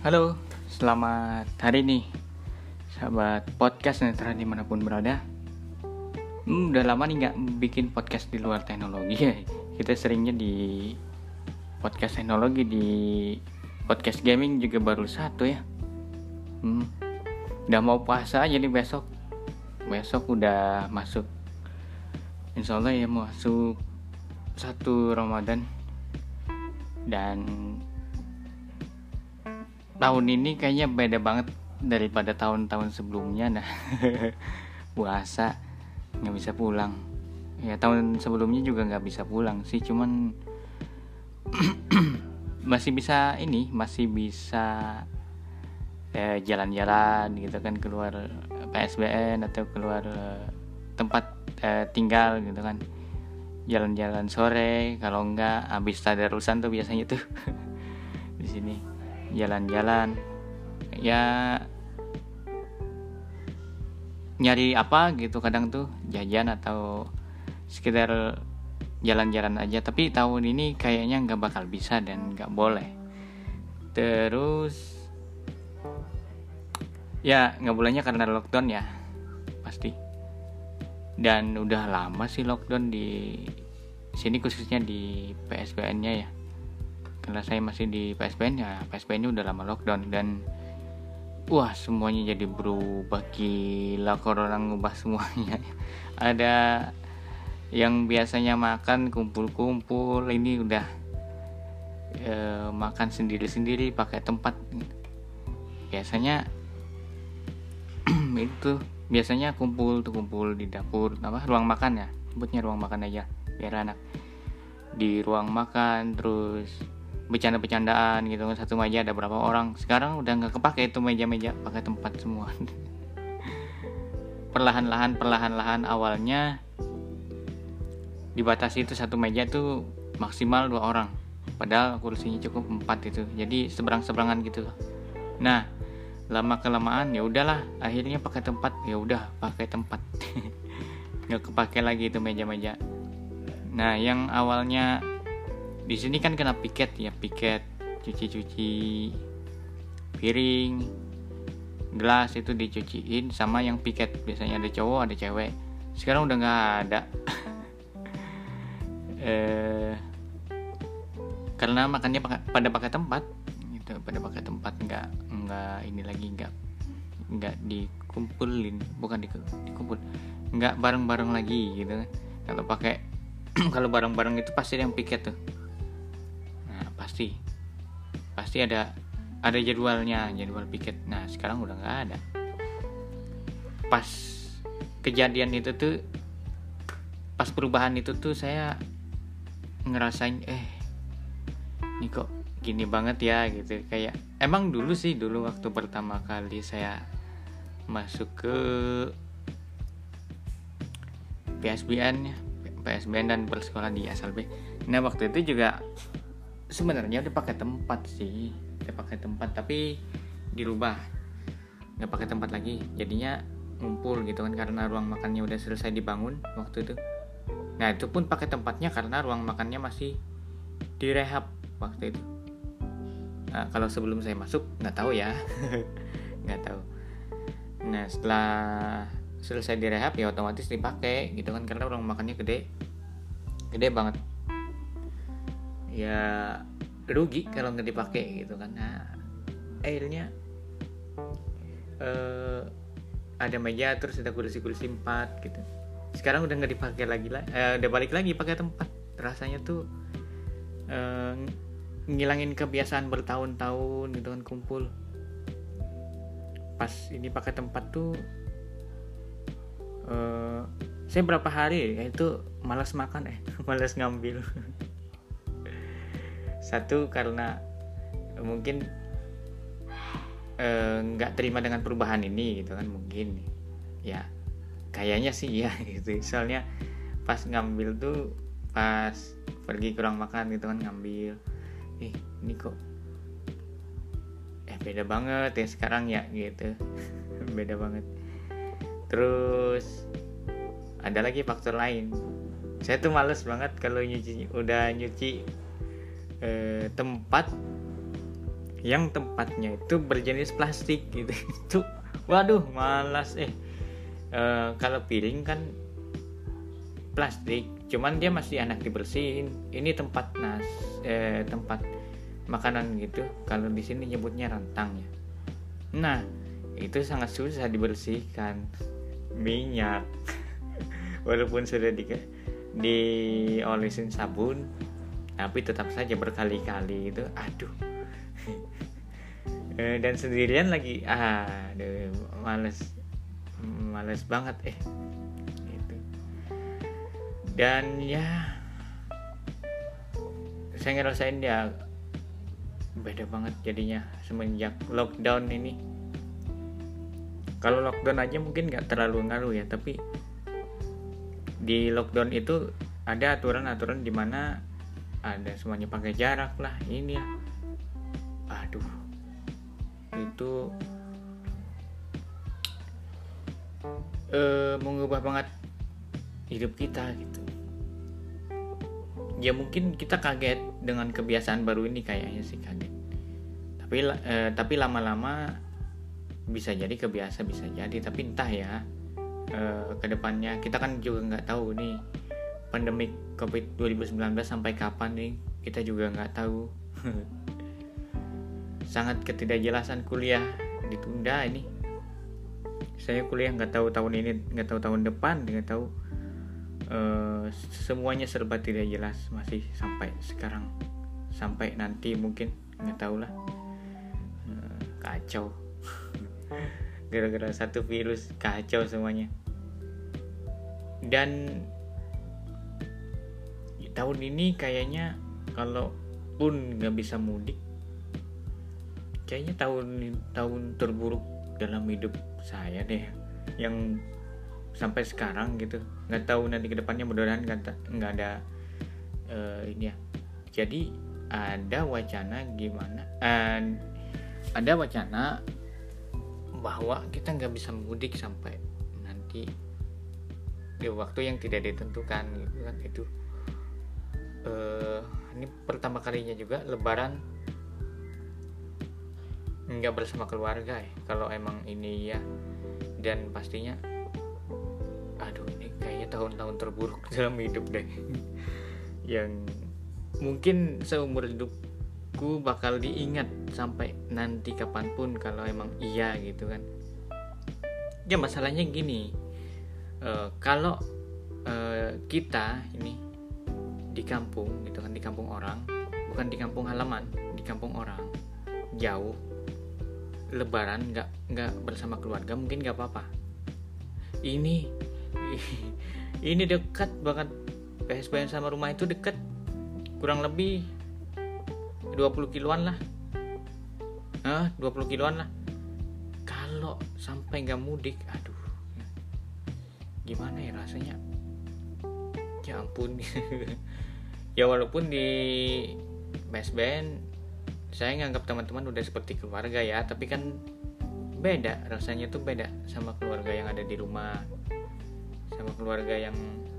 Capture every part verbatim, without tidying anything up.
Halo, selamat hari nih sahabat podcast Netra dimanapun berada. hmm, Udah lama nih gak bikin podcast di luar teknologi ya. Kita seringnya di podcast teknologi, di podcast gaming juga baru satu ya. hmm, Udah mau puasa jadi besok Besok udah masuk, insya Allah ya masuk satu Ramadan. Dan tahun ini kayaknya beda banget daripada tahun-tahun sebelumnya. Nah, puasa nggak bisa pulang. Ya tahun sebelumnya juga nggak bisa pulang sih, cuman masih bisa ini, masih bisa eh, jalan-jalan gitu kan, keluar P S B N atau keluar eh, tempat eh, tinggal gitu kan, jalan-jalan sore. Kalau enggak habis tadarusan tuh biasanya tuh di sini jalan-jalan ya, nyari apa gitu, kadang tuh jajan atau sekedar jalan-jalan aja. Tapi tahun ini kayaknya nggak bakal bisa dan nggak boleh. Terus ya nggak bolehnya karena lockdown ya pasti. Dan udah lama sih lockdown di sini, khususnya di P S B N-nya ya. Karena saya masih di P S B N ya, P S B N-nya udah lama lockdown. Dan wah, semuanya jadi berubah. Gila, corona ngubah semuanya. Ada yang biasanya makan kumpul-kumpul, ini udah e, makan sendiri-sendiri pakai tempat. Biasanya itu biasanya kumpul tuh kumpul di dapur, apa, ruang makan ya, sebutnya ruang makan aja biar anak. Di ruang makan terus bercanda-bercandaan gitu kan, satu meja ada berapa orang. Sekarang udah nggak kepake itu meja-meja, pakai tempat semua. perlahan-lahan perlahan-lahan awalnya dibatasi itu satu meja tuh maksimal dua orang, padahal kursinya cukup empat itu, jadi seberang-seberangan gitu. Nah, lama kelamaan ya udahlah, akhirnya pakai tempat. Ya udah pakai tempat. Nggak kepake lagi itu meja-meja. Nah, yang awalnya di sini kan kena piket ya, piket cuci-cuci piring, gelas itu dicuciin sama yang piket. Biasanya ada cowok ada cewek, sekarang udah nggak ada. eh, karena makannya paka, pada pakai tempat gitu, pada pakai tempat, nggak nggak ini lagi, nggak nggak dikumpulin, bukan dikumpul, nggak bareng-bareng lagi gitu kan. Kalau pakai kalau bareng-bareng itu pasti ada yang piket tuh. pasti pasti ada ada jadwalnya, jadwal piket. Nah, sekarang udah nggak ada. Pas kejadian itu tuh, pas perubahan itu tuh saya ngerasain eh ini kok gini banget ya gitu. Kayak emang dulu sih, dulu waktu pertama kali saya masuk ke P S B N ya, P S B N dan bersekolah di Asal B. Nah, waktu itu juga sebenarnya udah pakai tempat sih, udah pakai tempat tapi dirubah, nggak pakai tempat lagi, jadinya ngumpul gitu kan, karena ruang makannya udah selesai dibangun waktu itu. Nah, itu pun pakai tempatnya karena ruang makannya masih direhab waktu itu. Nah, kalau sebelum saya masuk nggak tahu ya, nggak tahu. Nah, setelah selesai direhab ya otomatis dipakai gitu kan, karena ruang makannya gede, gede banget. Ya rugi kalau nggak dipakai gitu kan. Nah, akhirnya eh, ada meja terus ada kursi-kursi empat gitu. Sekarang udah nggak dipakai lagi lah, eh, udah balik lagi pakai tempat. Rasanya tuh eh, ngilangin kebiasaan bertahun-tahun gitu kan kumpul. Pas ini pakai tempat tuh eh, saya berapa hari ya itu malas makan eh malas ngambil. Satu karena mungkin nggak eh, terima dengan perubahan ini gitu kan, mungkin ya kayaknya sih ya gitu. Soalnya pas ngambil tuh, pas pergi ke ruang makan gitu kan ngambil, eh ini kok eh beda banget ya sekarang ya gitu. Beda banget. Terus ada lagi faktor lain, saya tuh males banget kalau nyuci, udah nyuci eh, tempat yang tempatnya itu berjenis plastik gitu. Itu waduh malas eh e, kalau piring kan plastik, cuman dia masih enak dibersihin. Ini tempat nas eh, tempat makanan gitu, kalau di sini nyebutnya rantang ya. Nah itu sangat susah dibersihkan, minyak walaupun sudah di diolesin sabun tapi tetap saja berkali-kali itu aduh. Dan sendirian lagi aduh males males banget eh gitu. Dan ya saya ngerasain ya beda banget jadinya semenjak lockdown ini. Kalau lockdown aja mungkin gak terlalu ngaruh ya, tapi di lockdown itu ada aturan-aturan di mana ada semuanya pakai jarak lah ini ya. Aduh itu eh, mengubah banget hidup kita gitu. Ya mungkin kita kaget dengan kebiasaan baru ini, kayaknya sih kaget. Tapi eh, tapi lama-lama bisa jadi kebiasa, bisa jadi. Tapi entah ya eh, kedepannya kita kan juga nggak tahu nih pandemi covid dua ribu sembilan belas sampai kapan nih, kita juga nggak tahu. Sangat ketidakjelasan kuliah ditunda ini. Saya kuliah nggak tahu tahun ini, nggak tahu tahun depan, nggak tahu. Uh, semuanya serba tidak jelas masih sampai sekarang, sampai nanti mungkin nggak tahu lah. Uh, kacau. Gara-gara satu virus kacau semuanya. Dan tahun ini kayaknya kalau pun nggak bisa mudik, kayaknya tahun tahun terburuk dalam hidup saya deh, yang sampai sekarang gitu. Nggak tahu nanti kedepannya, mudah-mudahan nggak ada uh, ini ya. Jadi ada wacana gimana uh, ada wacana bahwa kita nggak bisa mudik sampai nanti di waktu yang tidak ditentukan gitu kan. Itu uh, ini pertama kalinya juga lebaran nggak bersama keluarga ya, kalau emang ini ya. Dan pastinya aduh ini kayaknya tahun-tahun terburuk dalam hidup deh. Yang mungkin seumur hidupku bakal diingat sampai nanti kapanpun kalau emang iya gitu kan. Ya masalahnya gini, uh, kalau uh, kita ini di kampung gitu kan, di kampung orang, bukan di kampung halaman, di kampung orang jauh, lebaran nggak nggak bersama keluarga mungkin nggak apa-apa. Ini ini dekat banget, P S B N sama rumah itu dekat, kurang lebih dua puluh kiloan lah. Hah, dua puluh kiloan lah. Kalau sampai nggak mudik, aduh, gimana ya rasanya? Ya ampun. Ya walaupun di P S B N saya nganggap teman-teman udah seperti keluarga ya, tapi kan beda rasanya tuh, beda sama keluarga yang ada di rumah, sama keluarga yang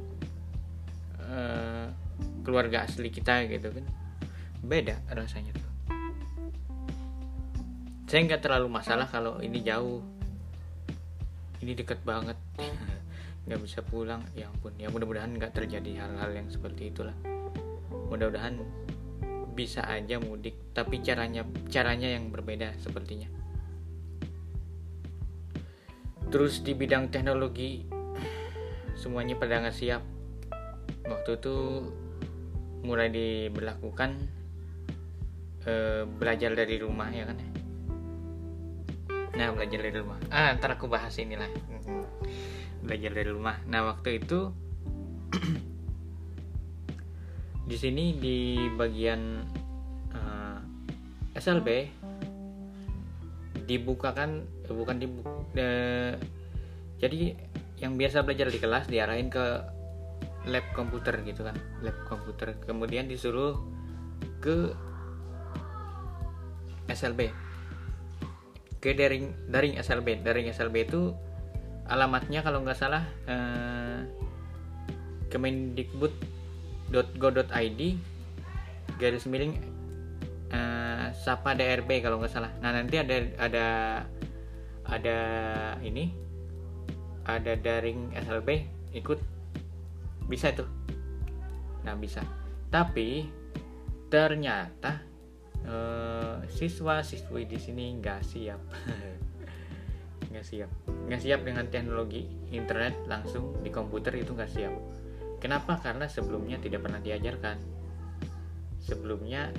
uh, keluarga asli kita gitu kan, beda rasanya tuh. Saya nggak terlalu masalah kalau ini jauh, ini dekat banget, nggak bisa pulang. Ya ampun, ya mudah-mudahan nggak terjadi hal-hal yang seperti itulah. Mudah-mudahan bisa aja mudik, tapi caranya caranya yang berbeda sepertinya. Terus di bidang teknologi semuanya pada nggak siap. Waktu itu mulai diberlakukan e, belajar dari rumah ya kan ya. Nah belajar dari rumah. Ah ntar aku bahas inilah. Belajar dari rumah. Nah waktu itu di sini di bagian uh, S L B dibukakan, eh, bukan dibuka, eh, jadi yang biasa belajar di kelas diarahin ke lab komputer gitu kan, lab komputer, kemudian disuruh ke S L B, ke daring daring S L B. Daring S L B itu alamatnya kalau nggak salah eh, kemendikbud dot go dot i d garis miring uh, Sapa D R B kalau nggak salah. Nah nanti ada ada ada ini ada daring S L B ikut, bisa tuh. Nah bisa, tapi ternyata eh, siswa-siswi di sini nggak siap. nggak siap nggak siap dengan teknologi internet langsung di komputer, itu nggak siap. Kenapa? Karena sebelumnya tidak pernah diajarkan. Sebelumnya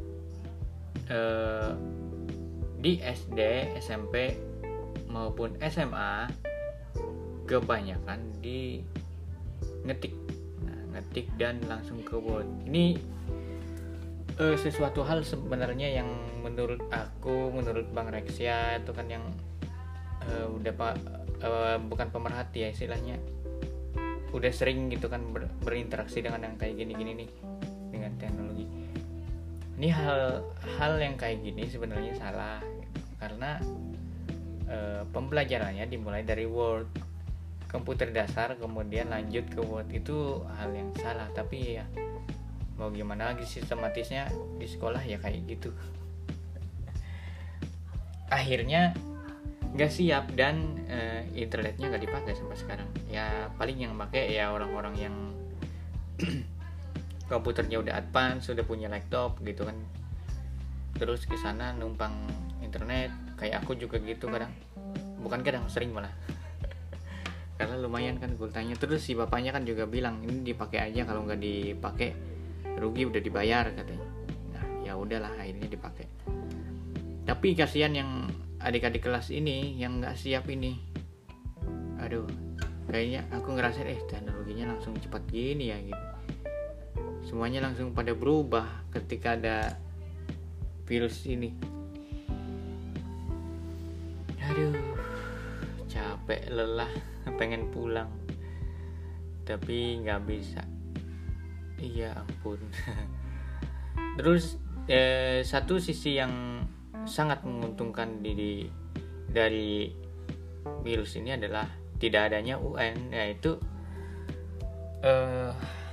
eh, di S D, S M P maupun S M A kebanyakan di ngetik, nah, ngetik dan langsung ke Word. Ini eh, sesuatu hal sebenarnya yang menurut aku, menurut Bang Rexia itu kan yang Uh, udah pak uh, bukan pemerhati ya istilahnya, udah sering gitu kan ber, berinteraksi dengan yang kayak gini-gini nih, dengan teknologi. Ini hal hal yang kayak gini sebenarnya salah gitu. Karena uh, pembelajarannya dimulai dari Word, komputer dasar, kemudian lanjut ke Word, itu hal yang salah. Tapi ya mau gimana lagi, sistematisnya di sekolah ya kayak gitu. Akhirnya nggak siap dan uh, internetnya nggak dipakai sampai sekarang. Ya paling yang pakai ya orang-orang yang komputernya udah advance, sudah punya laptop gitu kan, terus ke sana numpang internet. Kayak aku juga gitu kadang, bukan kadang, sering malah. Karena lumayan kan kultanya. Terus si bapaknya kan juga bilang ini dipakai aja, kalau nggak dipakai rugi, udah dibayar katanya. Nah ya udahlah, akhirnya dipakai. Tapi kasihan yang adik-adik kelas ini yang nggak siap ini. Aduh, kayaknya aku ngerasa eh teknologinya langsung cepat gini ya gitu. Semuanya langsung pada berubah ketika ada virus ini. Aduh, capek, lelah, pengen pulang, tapi nggak bisa. Iya ampun. Terus eh, satu sisi yang sangat menguntungkan di, dari virus ini adalah tidak adanya U N, yaitu eh,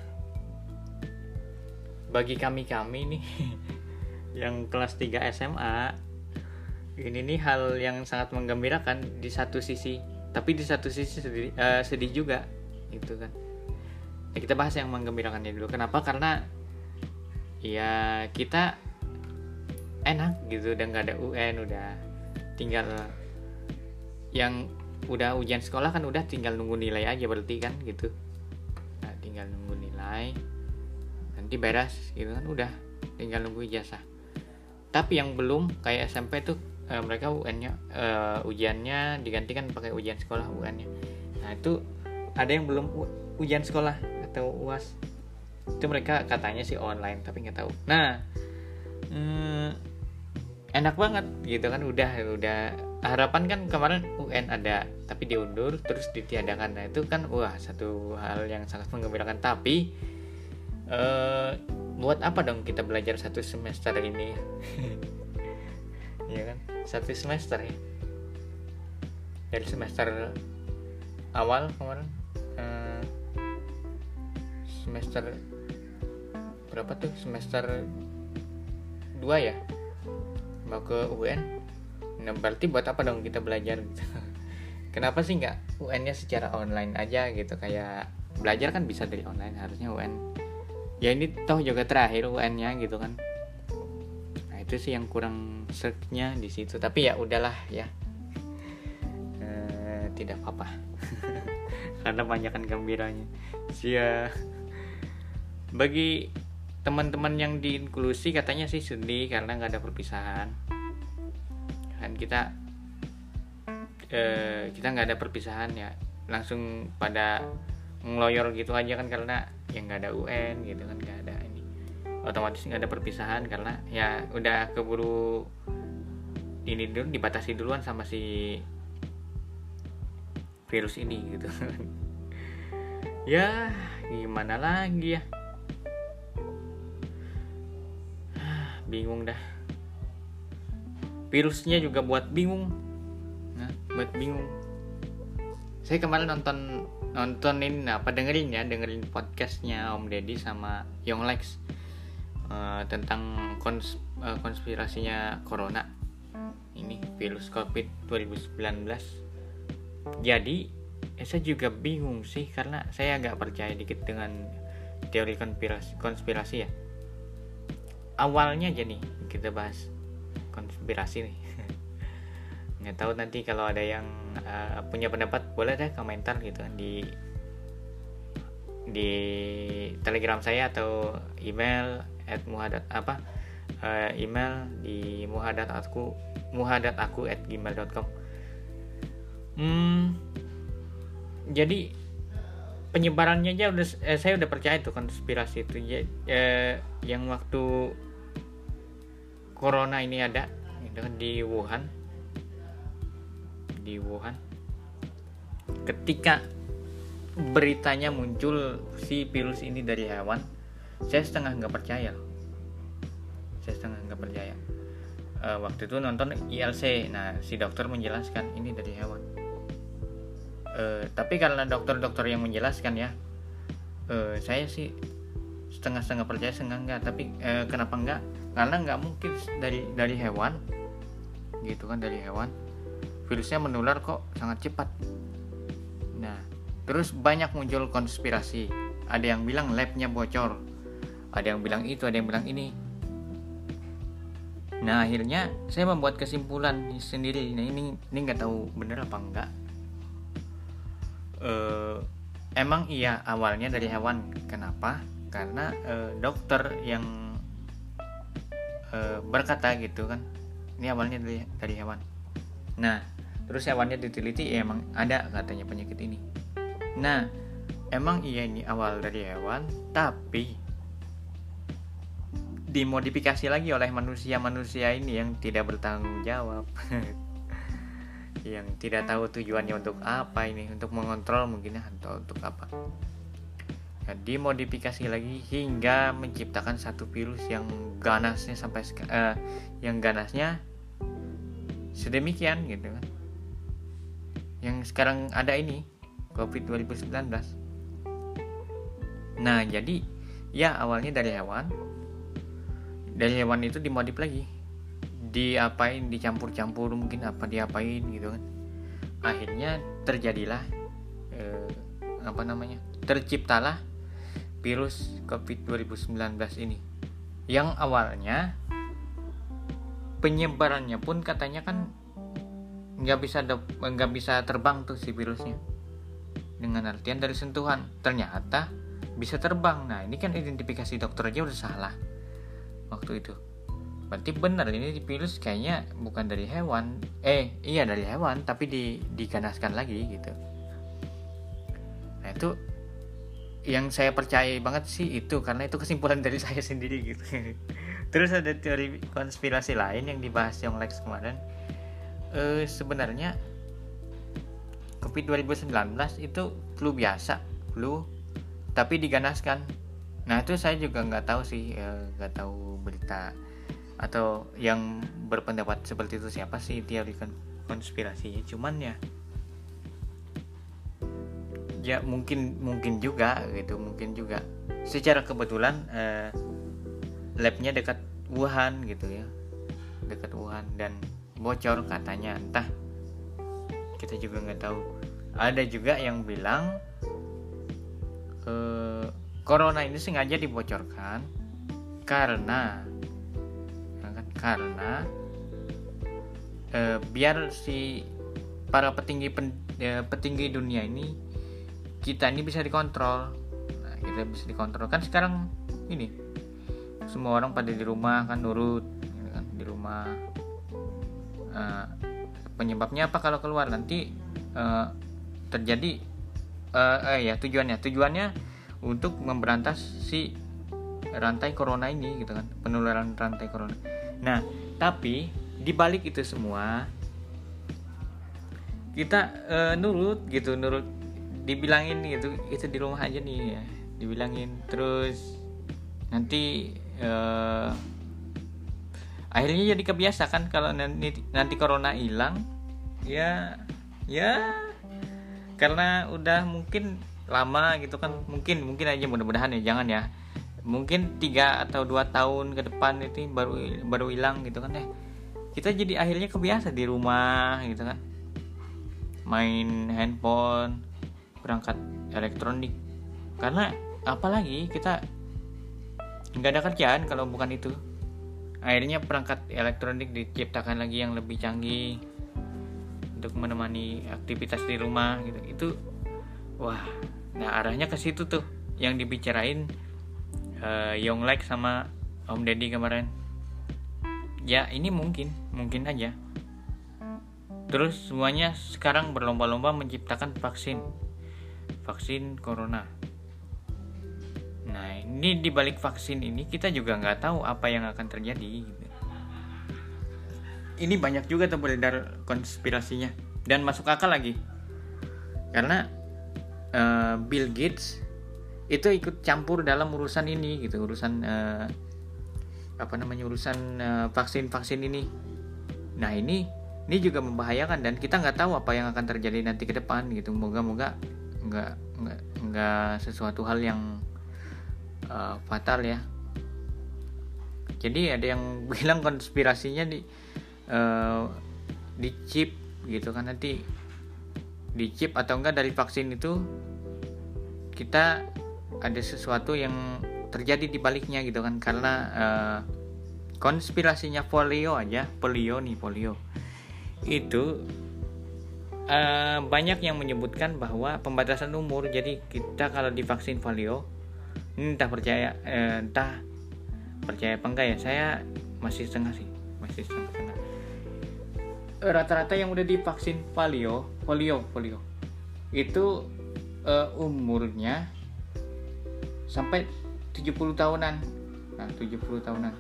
bagi kami-kami nih yang kelas tiga S M A ini nih hal yang sangat menggembirakan di satu sisi, tapi di satu sisi sedih, eh, sedih juga gitu kan. Ya, kita bahas yang menggembirakannya dulu. Kenapa? Karena ya kita enak gitu, udah nggak ada U N, udah tinggal yang udah ujian sekolah kan udah tinggal nunggu nilai aja berarti kan gitu. Nah, tinggal nunggu nilai nanti beres gitu kan, udah tinggal nunggu ijazah. Tapi yang belum kayak S M P tuh eh, mereka U N-nya eh, ujiannya digantikan pakai ujian sekolah U N-nya. Nah itu ada yang belum u- ujian sekolah atau U A S, itu mereka katanya sih online tapi nggak tahu. Nah hmm, enak banget gitu kan, udah udah harapan kan kemarin U N ada tapi diundur terus ditiadakan. Nah itu kan wah satu hal yang sangat menggembirakan. Tapi eh, buat apa dong kita belajar satu semester ini? Ya kan, satu semester ya, dari semester awal kemarin eh, semester berapa tuh, semester dua ya mau ke U N. Nah berarti buat apa dong kita belajar gitu? Kenapa sih nggak U N-nya secara online aja gitu? Kayak belajar kan bisa dari online, harusnya U N ya ini toh juga terakhir U N-nya gitu kan. Nah itu sih yang kurang serknya di situ. Tapi ya udahlah ya, e, tidak apa-apa. Karena banyak kan gembiranya. Sia. Bagi teman-teman yang di inklusi katanya sih sedih karena nggak ada perpisahan. Kan kita eh, kita nggak ada perpisahan ya, langsung pada ngeloyor gitu aja kan, karena ya nggak ada U N gitu kan, nggak ada ini, otomatis nggak ada perpisahan karena ya udah keburu ini dulu, dibatasi duluan sama si virus ini gitu. Ya gimana lagi ya, bingung dah. Virusnya juga buat bingung, nah, buat bingung. Saya kemarin nonton nontonin apa dengerin ya dengerin podcastnya Om Deddy sama Young Lex. uh, tentang kons- uh, konspirasinya corona ini, virus covid dua ribu sembilan belas. Jadi eh, saya juga bingung sih, karena saya agak percaya dikit dengan teori konspirasi konspirasi ya. Awalnya jadi kita bahas konspirasi nih. Nggak tahu nanti kalau ada yang uh, punya pendapat boleh deh komentar gitu kan di di Telegram saya atau email at muhadat apa uh, email di muhadatku muhadatku at gmail dot com. Hmm, jadi penyebarannya aja udah eh, saya udah percaya tuh konspirasi itu ya, eh, yang waktu corona ini ada gitu kan, di Wuhan di Wuhan ketika beritanya muncul si virus ini dari hewan, saya setengah nggak percaya saya setengah nggak percaya uh, waktu itu nonton I L C. Nah, si dokter menjelaskan ini dari hewan. Uh, tapi karena dokter-dokter yang menjelaskan ya, uh, saya sih setengah-setengah percaya, setengah enggak. Tapi uh, kenapa enggak? Karena nggak mungkin dari dari hewan gitu kan, dari hewan virusnya menular kok sangat cepat. Nah, terus banyak muncul konspirasi. Ada yang bilang labnya bocor, ada yang bilang itu, ada yang bilang ini. Nah, akhirnya saya membuat kesimpulan sendiri. Nah, ini ini nggak tahu bener apa enggak. Uh, emang iya awalnya dari hewan. Kenapa? Karena uh, dokter yang uh, berkata gitu kan, ini awalnya dari dari hewan. Nah, terus hewannya diteliti, ya emang ada katanya penyakit ini. Nah, emang iya ini awal dari hewan, tapi dimodifikasi lagi oleh manusia-manusia ini yang tidak bertanggung jawab. Yang tidak tahu tujuannya untuk apa ini, untuk mengontrol mungkin ya, atau untuk apa. Ya, dimodifikasi lagi hingga menciptakan satu virus yang ganasnya sampai uh, yang ganasnya sedemikian gitu kan. Yang sekarang ada ini covid dua ribu sembilan belas. Nah, jadi ya awalnya dari hewan. Dari hewan itu dimodif lagi. Diapain, dicampur-campur mungkin apa diapain gitu kan. Akhirnya terjadilah eh, apa namanya? Terciptalah virus covid dua ribu sembilan belas ini. Yang awalnya penyebarannya pun katanya kan nggak bisa nggak bisa terbang tuh si virusnya, dengan artian dari sentuhan. Ternyata bisa terbang. Nah, ini kan identifikasi dokter aja udah salah waktu itu. Berarti benar ini virus kayaknya bukan dari hewan. Eh iya dari hewan, tapi di, diganaskan lagi gitu. Nah, itu yang saya percaya banget sih itu, karena itu kesimpulan dari saya sendiri gitu. Terus ada teori konspirasi lain yang dibahas yang Lex kemarin. Uh, sebenarnya covid dua ribu sembilan belas itu flu biasa, flu tapi diganaskan. Nah, itu saya juga nggak tahu sih, nggak uh, tahu berita atau yang berpendapat seperti itu siapa sih teori konspirasinya. Cuman ya, ya mungkin mungkin juga gitu, mungkin juga secara kebetulan uh, labnya dekat Wuhan gitu ya, dekat Wuhan dan bocor katanya, entah, kita juga nggak tahu. Ada juga yang bilang eh, corona ini sengaja dibocorkan karena kan, karena eh, biar si para petinggi pen, eh, petinggi dunia ini, kita ini bisa dikontrol. Nah, kita bisa dikontrol kan sekarang ini semua orang pada di rumah kan, nurut gitu kan, di rumah. Uh, penyebabnya apa kalau keluar nanti uh, terjadi uh, eh ya tujuannya tujuannya untuk memberantas si rantai corona ini gitu kan, penularan rantai corona. Nah, tapi di balik itu semua kita uh, nurut gitu, nurut dibilangin gitu, itu di rumah aja nih ya, dibilangin terus nanti uh, akhirnya jadi kebiasaan. Kalau nanti, nanti corona hilang ya ya karena udah mungkin lama gitu kan, mungkin mungkin aja, mudah-mudahan ya, jangan ya mungkin tiga atau dua tahun ke depan itu baru baru hilang gitu kan. Eh kita jadi akhirnya kebiasa di rumah gitu kan, main handphone, perangkat elektronik. Karena apalagi kita nggak ada kerjaan kalau bukan itu. Akhirnya perangkat elektronik diciptakan lagi yang lebih canggih untuk menemani aktivitas di rumah gitu. Itu wah, nah arahnya ke situ tuh yang dibicarain uh, Yonglek sama Om Deddy kemarin. Ya ini mungkin, mungkin aja. Terus semuanya sekarang berlomba-lomba menciptakan vaksin, vaksin corona. Nah ini di balik vaksin ini kita juga nggak tahu apa yang akan terjadi gitu. Ini banyak juga tuh beredar konspirasinya dan masuk akal lagi karena uh, Bill Gates itu ikut campur dalam urusan ini gitu, urusan uh, apa namanya urusan uh, vaksin-vaksin ini. Nah ini ini juga membahayakan dan kita nggak tahu apa yang akan terjadi nanti ke depan gitu. Moga-moga nggak nggak nggak sesuatu hal yang uh, fatal ya. Jadi ada yang bilang konspirasinya di uh, di chip gitu kan, nanti di chip atau enggak dari vaksin itu kita ada sesuatu yang terjadi di baliknya gitu kan. Karena uh, konspirasinya polio aja, polio nih polio itu uh, banyak yang menyebutkan bahwa pembatasan umur. Jadi kita kalau divaksin polio, entah percaya eh, entah percaya apa enggak ya, saya masih setengah sih, masih setengah-setengah. Rata-rata yang udah divaksin polio, polio, polio itu uh, umurnya sampai tujuh puluh tahunan. Nah, tujuh puluh tahunan.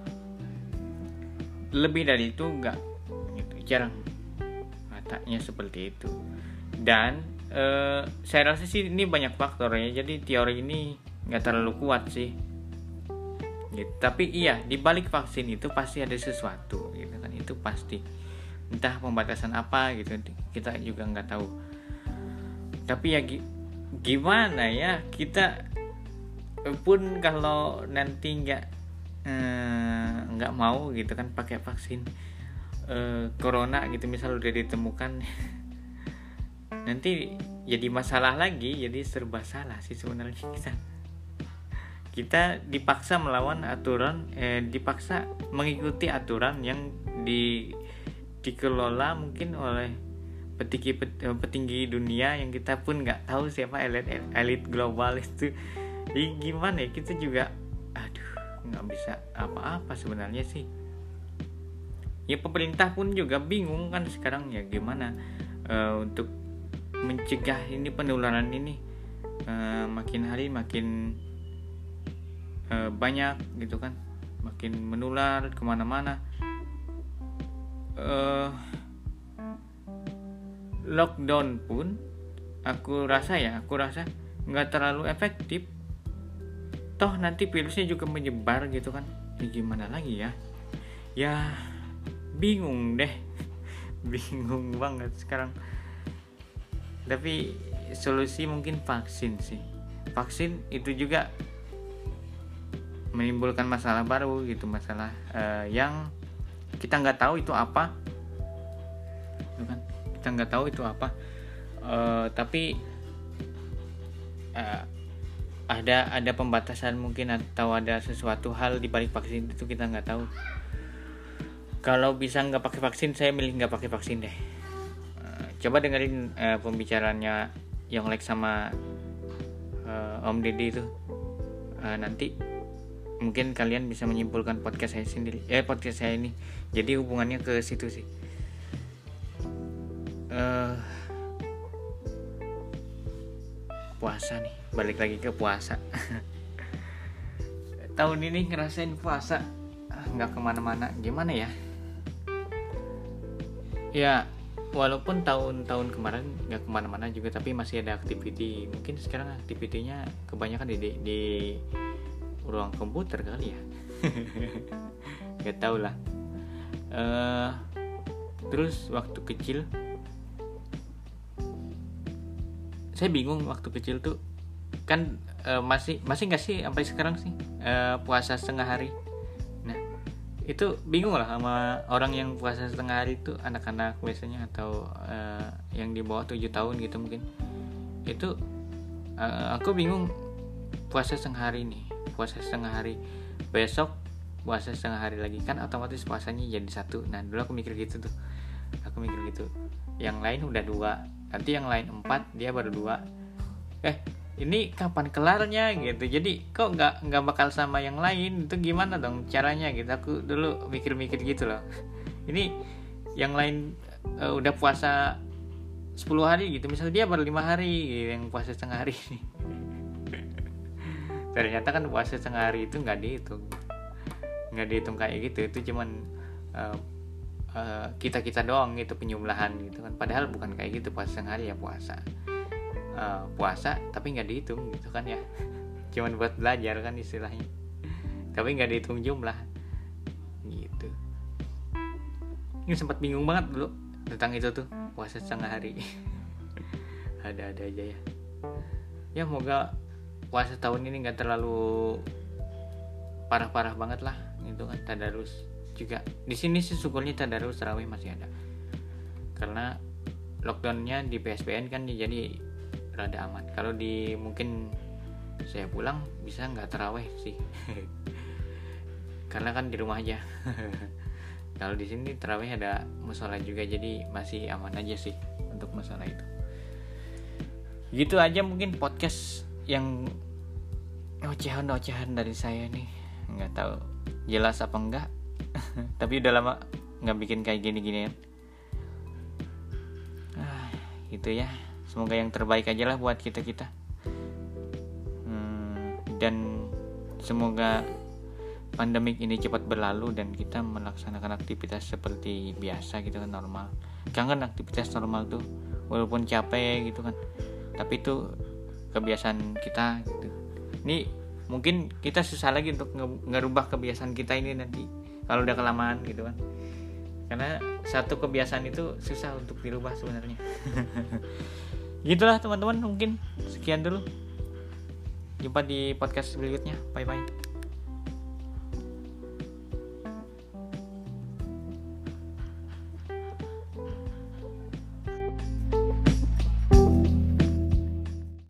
Lebih dari itu enggak gitu, jarang. Katanya seperti itu. Dan uh, saya rasa sih ini banyak faktornya. Jadi teori ini enggak terlalu kuat sih. Gitu. Tapi iya, di balik vaksin itu pasti ada sesuatu gitu kan. Itu pasti. Entah pembatasan apa gitu, kita juga nggak tahu. Tapi ya gi- gimana ya, kita pun kalau nanti nggak eh, nggak mau gitu kan pakai vaksin eh, corona gitu, misal udah ditemukan nanti jadi masalah lagi, jadi serba salah sih sebenarnya. Kita kita dipaksa melawan aturan, eh, dipaksa mengikuti aturan yang di dikelola mungkin oleh petinggi petinggi dunia yang kita pun nggak tahu siapa elit elit global itu. Jadi gimana ya, kita juga aduh nggak bisa apa-apa sebenarnya sih. Ya pemerintah pun juga bingung kan sekarang ya gimana uh, untuk mencegah ini penularan ini uh, makin hari makin uh, banyak gitu kan, makin menular kemana-mana. Uh, lockdown pun aku rasa ya aku rasa nggak terlalu efektif. Toh nanti virusnya juga menyebar gitu kan. Ya gimana lagi ya? Ya bingung deh. Bingung banget sekarang. Tapi solusi mungkin vaksin sih. Vaksin itu juga menimbulkan masalah baru gitu, masalah uh, yang kita nggak tahu itu apa, gitu kan? Kita nggak tahu itu apa. Uh, tapi uh, ada ada pembatasan mungkin, atau ada sesuatu hal di balik vaksin itu kita nggak tahu. Kalau bisa nggak pakai vaksin, saya milih nggak pakai vaksin deh. Uh, coba dengerin uh, pembicaraannya Yonglek sama uh, Om Deddy itu. Uh, nanti mungkin kalian bisa menyimpulkan podcast saya sendiri, eh podcast saya ini. Jadi hubungannya ke situ sih. Uh, puasa nih, balik lagi ke puasa. Tahun ini ngerasain puasa, nggak kemana-mana. Gimana ya? Ya, walaupun tahun-tahun kemarin nggak kemana-mana juga, tapi masih ada aktiviti. Mungkin sekarang aktivitinya kebanyakan di, di, di ruang komputer kali ya. Gak tau lah. Uh, terus waktu kecil, saya bingung waktu kecil tuh kan uh, masih masih nggak sih sampai sekarang sih uh, puasa setengah hari. Nah itu bingung lah sama orang yang puasa setengah hari itu, anak-anak biasanya atau uh, yang di bawah tujuh tahun gitu mungkin. Itu uh, aku bingung, puasa setengah hari nih, puasa setengah hari, besok puasa setengah hari lagi, kan otomatis puasanya jadi satu. Nah dulu aku mikir gitu tuh, aku mikir gitu, yang lain udah dua, nanti yang lain empat, dia baru dua. Eh ini kapan kelarnya gitu, jadi kok nggak nggak bakal sama yang lain, itu gimana dong caranya gitu. Aku dulu mikir-mikir gitu loh. Ini yang lain uh, udah puasa sepuluh hari gitu, misalnya dia baru lima hari gitu, yang puasa setengah hari. Ternyata kan puasa setengah hari itu nggak dihitung, nggak dihitung kayak gitu. Itu cuman uh, uh, kita kita doang gitu penjumlahan gitu kan. Padahal bukan kayak gitu, puasa setengah hari ya puasa, uh, puasa tapi nggak dihitung gitu kan ya. Cuman buat belajar kan istilahnya, tapi nggak dihitung jumlah gitu. Ini sempat bingung banget dulu tentang itu tuh, puasa setengah hari. Ada-ada aja ya. Ya moga puasa tahun ini nggak terlalu parah-parah banget lah gitu kan. Tadarus juga di sini sih syukurnya tadarus tarawih masih ada, karena lockdownnya di P S B N kan jadi rada aman. Kalau di mungkin saya pulang bisa nggak tarawih sih. Karena kan di rumah aja. Kalau di sini tarawih ada musola juga, jadi masih aman aja sih untuk masalah itu. Gitu aja mungkin podcast yang ocehan-ocehan dari saya nih. Nggak tahu jelas apa enggak. Tapi udah lama nggak bikin kayak gini-ginian. Ah, gitu ya. Semoga yang terbaik aja lah buat kita-kita. Hmm, dan semoga pandemik ini cepat berlalu dan kita melaksanakan aktivitas seperti biasa gitu kan, normal. Kangen aktivitas normal tuh, walaupun capek gitu kan, tapi itu kebiasaan kita gitu. Ini mungkin kita susah lagi untuk ngerubah kebiasaan kita ini nanti kalau udah kelamaan gitu kan, karena satu kebiasaan itu susah untuk dirubah sebenarnya. Gitulah teman-teman, mungkin sekian dulu, jumpa di podcast berikutnya, bye bye.